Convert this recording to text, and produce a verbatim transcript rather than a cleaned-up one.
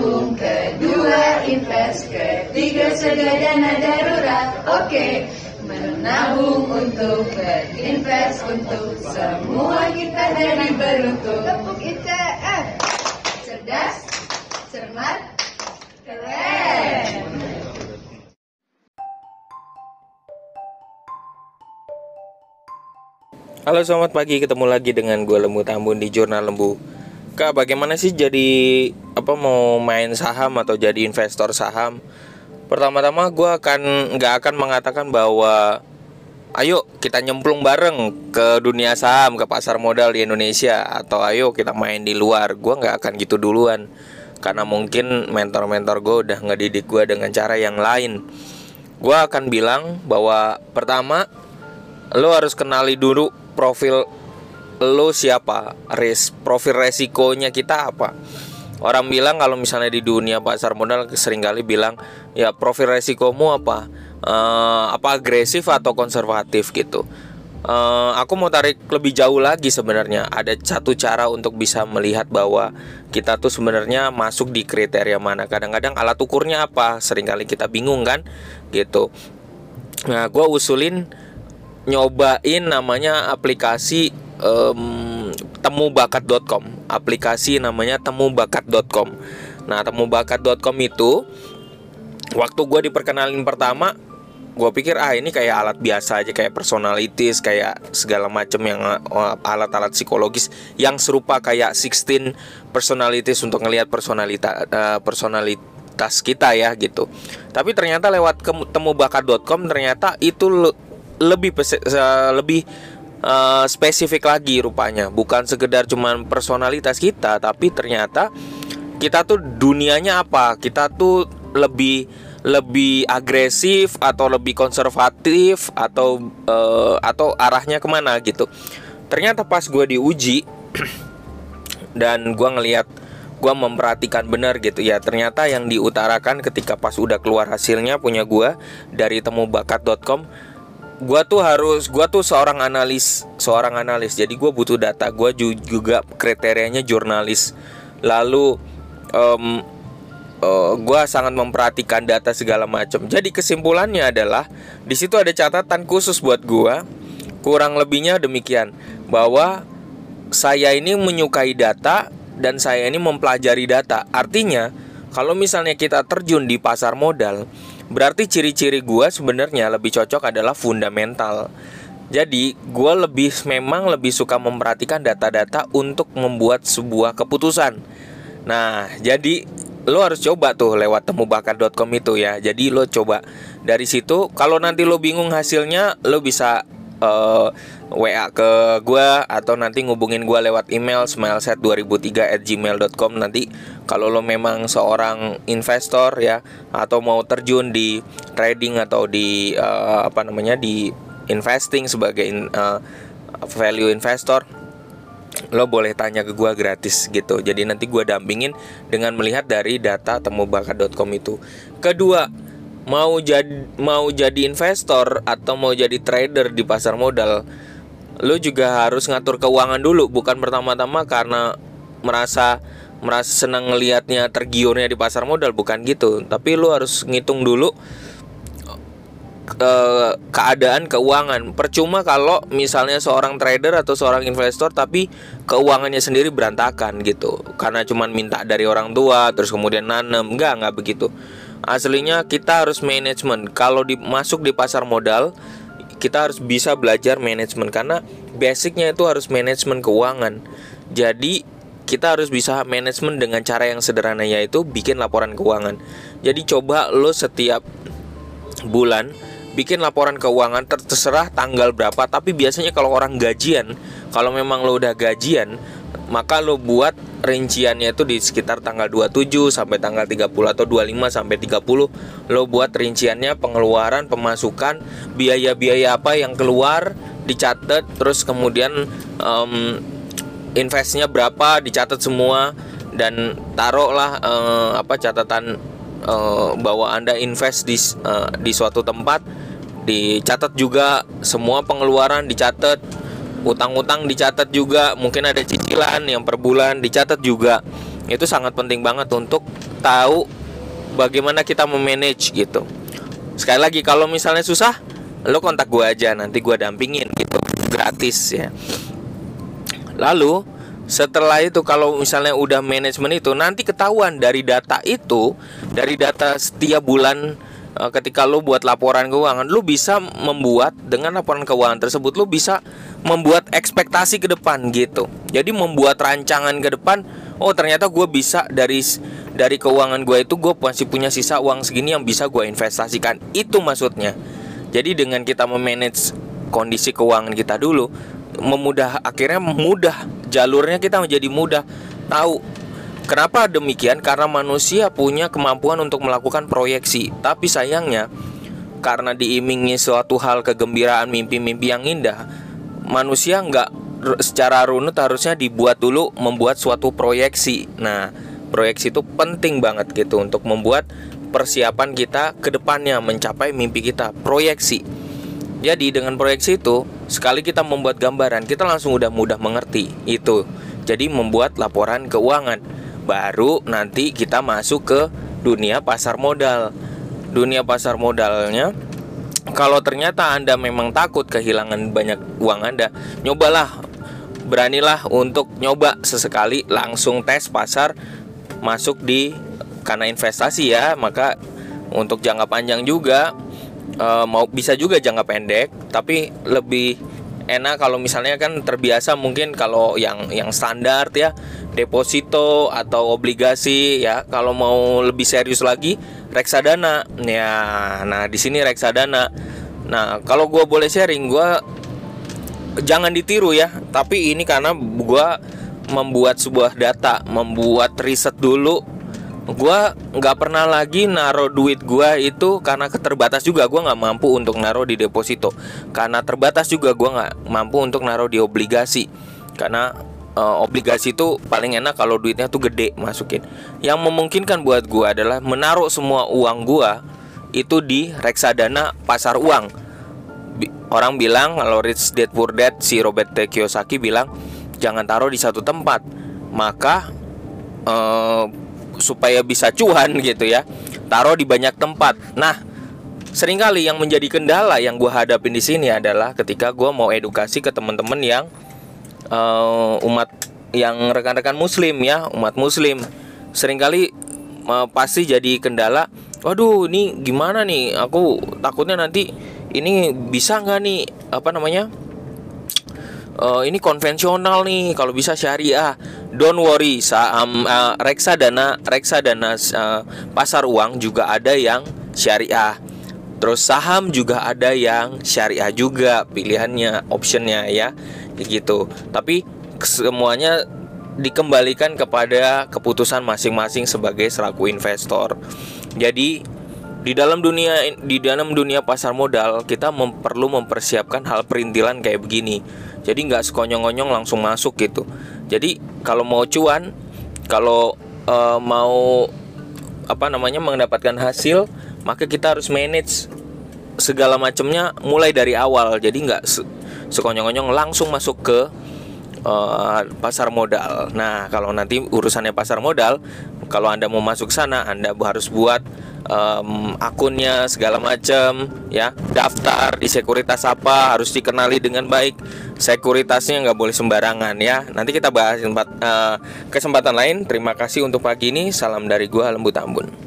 menabung, kedua invest, ketiga sedia dana darurat. Oke, menabung untuk berinvest untuk semua kita jadi beruntung. Tepuk I T F. Cerdas, cermat, keren. Halo, selamat pagi. Ketemu lagi dengan gue Lembu Tambun di Jurnal Lembu. Kak, bagaimana sih jadi apa mau main saham atau jadi investor saham? Pertama-tama gue akan nggak akan mengatakan bahwa ayo kita nyemplung bareng ke dunia saham, ke pasar modal di Indonesia, atau ayo kita main di luar. Gue nggak akan gitu duluan, karena mungkin mentor-mentor gue udah ngedidik gue dengan cara yang lain. Gue akan bilang bahwa pertama, lo harus kenali dulu profil lo siapa, res, profil resikonya kita apa. Orang bilang kalau misalnya di dunia pasar modal seringkali bilang ya profil resikomu apa, uh, apa agresif atau konservatif gitu. Uh, aku mau tarik lebih jauh lagi sebenarnya. Ada satu cara untuk bisa melihat bahwa kita tuh sebenarnya masuk di kriteria mana. Kadang-kadang alat ukurnya apa, seringkali kita bingung kan, gitu. Nah, gue usulin nyobain namanya aplikasi um, temubakat dot com. Aplikasi namanya temubakat dot com. Nah, temubakat dot com itu waktu gue diperkenalin pertama, gue pikir ah ini kayak alat biasa aja, kayak personalities, kayak segala macam yang uh, alat-alat psikologis yang serupa kayak sixteen personalities untuk ngelihat personalita uh, personalitas kita ya gitu. Tapi ternyata lewat ke temubakat dot com ternyata itu le- lebih pes- uh, lebih uh, spesifik lagi rupanya. Bukan sekedar cuman personalitas kita, tapi ternyata kita tuh dunianya apa, kita tuh lebih lebih agresif atau lebih konservatif atau uh, atau arahnya kemana gitu. Ternyata pas gue diuji dan gue ngelihat, gue memperhatikan benar gitu ya, ternyata yang diutarakan ketika pas udah keluar hasilnya punya gue dari temubakat dot com, gue tuh harus, gue tuh seorang analis, seorang analis. Jadi gue butuh data. Gue juga kriterianya jurnalis. Lalu um, uh, gue sangat memperhatikan data segala macam. Jadi kesimpulannya adalah di situ ada catatan khusus buat gue. Kurang lebihnya demikian, bahwa saya ini menyukai data dan saya ini mempelajari data. Artinya kalau misalnya kita terjun di pasar modal, berarti ciri-ciri gue sebenarnya lebih cocok adalah fundamental. Jadi gue lebih memang lebih suka memperhatikan data-data untuk membuat sebuah keputusan. Nah, jadi lo harus coba tuh lewat temubakat dot com itu ya. Jadi lo coba dari situ. Kalau nanti lo bingung hasilnya, lo bisa uh, W A ke gue atau nanti ngubungin gue lewat email smileset dua ribu tiga at gmail dot com. Nanti kalau lo memang seorang investor ya, atau mau terjun di trading atau di uh, apa namanya di investing sebagai in, uh, value investor, lo boleh tanya ke gue gratis gitu. Jadi nanti gue dampingin dengan melihat dari data temubakat dot com itu. Kedua, mau jadi mau jadi investor atau mau jadi trader di pasar modal, lo juga harus ngatur keuangan dulu. Bukan pertama-tama karena merasa merasa senang ngelihatnya, tergiurnya di pasar modal, bukan gitu. Tapi lo harus ngitung dulu ke keadaan keuangan. Percuma kalau misalnya seorang trader atau seorang investor tapi keuangannya sendiri berantakan gitu, karena cuman minta dari orang tua terus kemudian nanem. Enggak, enggak begitu. Aslinya kita harus manajemen. Kalau di, masuk di pasar modal, kita harus bisa belajar manajemen, karena basicnya itu harus manajemen keuangan. Jadi kita harus bisa manajemen dengan cara yang sederhana, yaitu bikin laporan keuangan. Jadi coba lo setiap bulan bikin laporan keuangan, terserah tanggal berapa. Tapi biasanya kalau orang gajian, kalau memang lo udah gajian, maka lo buat rinciannya itu di sekitar tanggal dua puluh tujuh sampai tanggal tiga puluh atau dua puluh lima sampai tiga puluh. Lo buat rinciannya, pengeluaran, pemasukan, biaya-biaya apa yang keluar dicatat, terus kemudian um, investnya berapa dicatat semua, dan taruhlah uh, apa catatan uh, bahwa Anda invest di uh, di suatu tempat, dicatat juga semua pengeluaran, dicatat utang-utang, dicatat juga, mungkin ada cicilan yang per bulan dicatat juga. Itu sangat penting banget untuk tahu bagaimana kita memanage gitu. Sekali lagi, kalau misalnya susah, lo kontak gue aja, nanti gue dampingin gitu, gratis ya. Lalu setelah itu, kalau misalnya udah manajemen itu, nanti ketahuan dari data itu, dari data setiap bulan. Ketika lo buat laporan keuangan, lo bisa membuat, dengan laporan keuangan tersebut lo bisa membuat ekspektasi ke depan gitu. Jadi membuat rancangan ke depan. Oh, ternyata gue bisa dari dari keuangan gue itu, gue masih punya sisa uang segini yang bisa gue investasikan. Itu maksudnya. Jadi dengan kita memanage kondisi keuangan kita dulu, memudah, akhirnya mudah, jalurnya kita menjadi mudah. Tahu kenapa demikian? Karena manusia punya kemampuan untuk melakukan proyeksi. Tapi sayangnya, karena diimingi suatu hal kegembiraan, mimpi-mimpi yang indah, manusia nggak secara runut harusnya dibuat dulu membuat suatu proyeksi. Nah, proyeksi itu penting banget gitu untuk membuat persiapan kita ke depannya mencapai mimpi kita. Proyeksi. Jadi dengan proyeksi itu, sekali kita membuat gambaran, kita langsung udah mudah mengerti itu. Jadi membuat laporan keuangan. Baru nanti kita masuk ke dunia pasar modal. Dunia pasar modalnya, kalau ternyata Anda memang takut kehilangan banyak uang Anda, nyobalah, beranilah untuk nyoba sesekali langsung tes pasar, masuk di, karena investasi ya, maka untuk jangka panjang juga, e, mau bisa juga jangka pendek, tapi lebih enak kalau misalnya kan terbiasa mungkin kalau yang yang standar ya, deposito atau obligasi ya. Kalau mau lebih serius lagi, reksadana ya. Nah, di sini reksadana. Nah, kalau gue boleh sharing, gue jangan ditiru ya, tapi ini karena gue membuat sebuah data, membuat riset dulu. Gue nggak pernah lagi naruh duit gue itu, karena keterbatas juga, gue nggak mampu untuk naruh di deposito. Karena terbatas juga, gue nggak mampu untuk naruh di obligasi. Karena uh, obligasi itu paling enak kalau duitnya tuh gede masukin. Yang memungkinkan buat gue adalah menaruh semua uang gue itu di reksadana pasar uang. Orang bilang, kalau Rich Dad Poor Dad, si Robert T. Kiyosaki bilang, jangan taruh di satu tempat, maka uh, supaya bisa cuan gitu ya, taruh di banyak tempat. Nah, seringkali yang menjadi kendala yang gue hadapin di sini adalah ketika gue mau edukasi ke teman-teman yang uh, umat, yang rekan-rekan muslim ya, umat muslim, seringkali uh, pasti jadi kendala. Waduh, ini gimana nih? Aku takutnya nanti ini bisa nggak nih, apa namanya? Uh, ini konvensional nih, kalau bisa syariah. Don't worry, saham uh, reksadana, reksadana uh, pasar uang juga ada yang syariah. Terus saham juga ada yang syariah juga, pilihannya, optionnya ya, gitu. Tapi semuanya dikembalikan kepada keputusan masing-masing sebagai selaku investor. Jadi di dalam dunia di dalam dunia pasar modal, kita mem- perlu mempersiapkan hal perintilan kayak begini. Jadi nggak sekonyong-konyong langsung masuk gitu. Jadi kalau mau cuan, kalau uh, mau apa namanya mendapatkan hasil, maka kita harus manage segala macamnya mulai dari awal. Jadi nggak se- sekonyong-konyong langsung masuk ke uh, pasar modal. Nah, kalau nanti urusannya pasar modal, kalau Anda mau masuk sana, Anda harus buat um, akunnya segala macam ya, daftar di sekuritas apa, harus dikenali dengan baik, sekuritasnya nggak boleh sembarangan ya. Nanti kita bahas tempat, uh, kesempatan lain. Terima kasih untuk pagi ini. Salam dari gua, Lembu Tambun.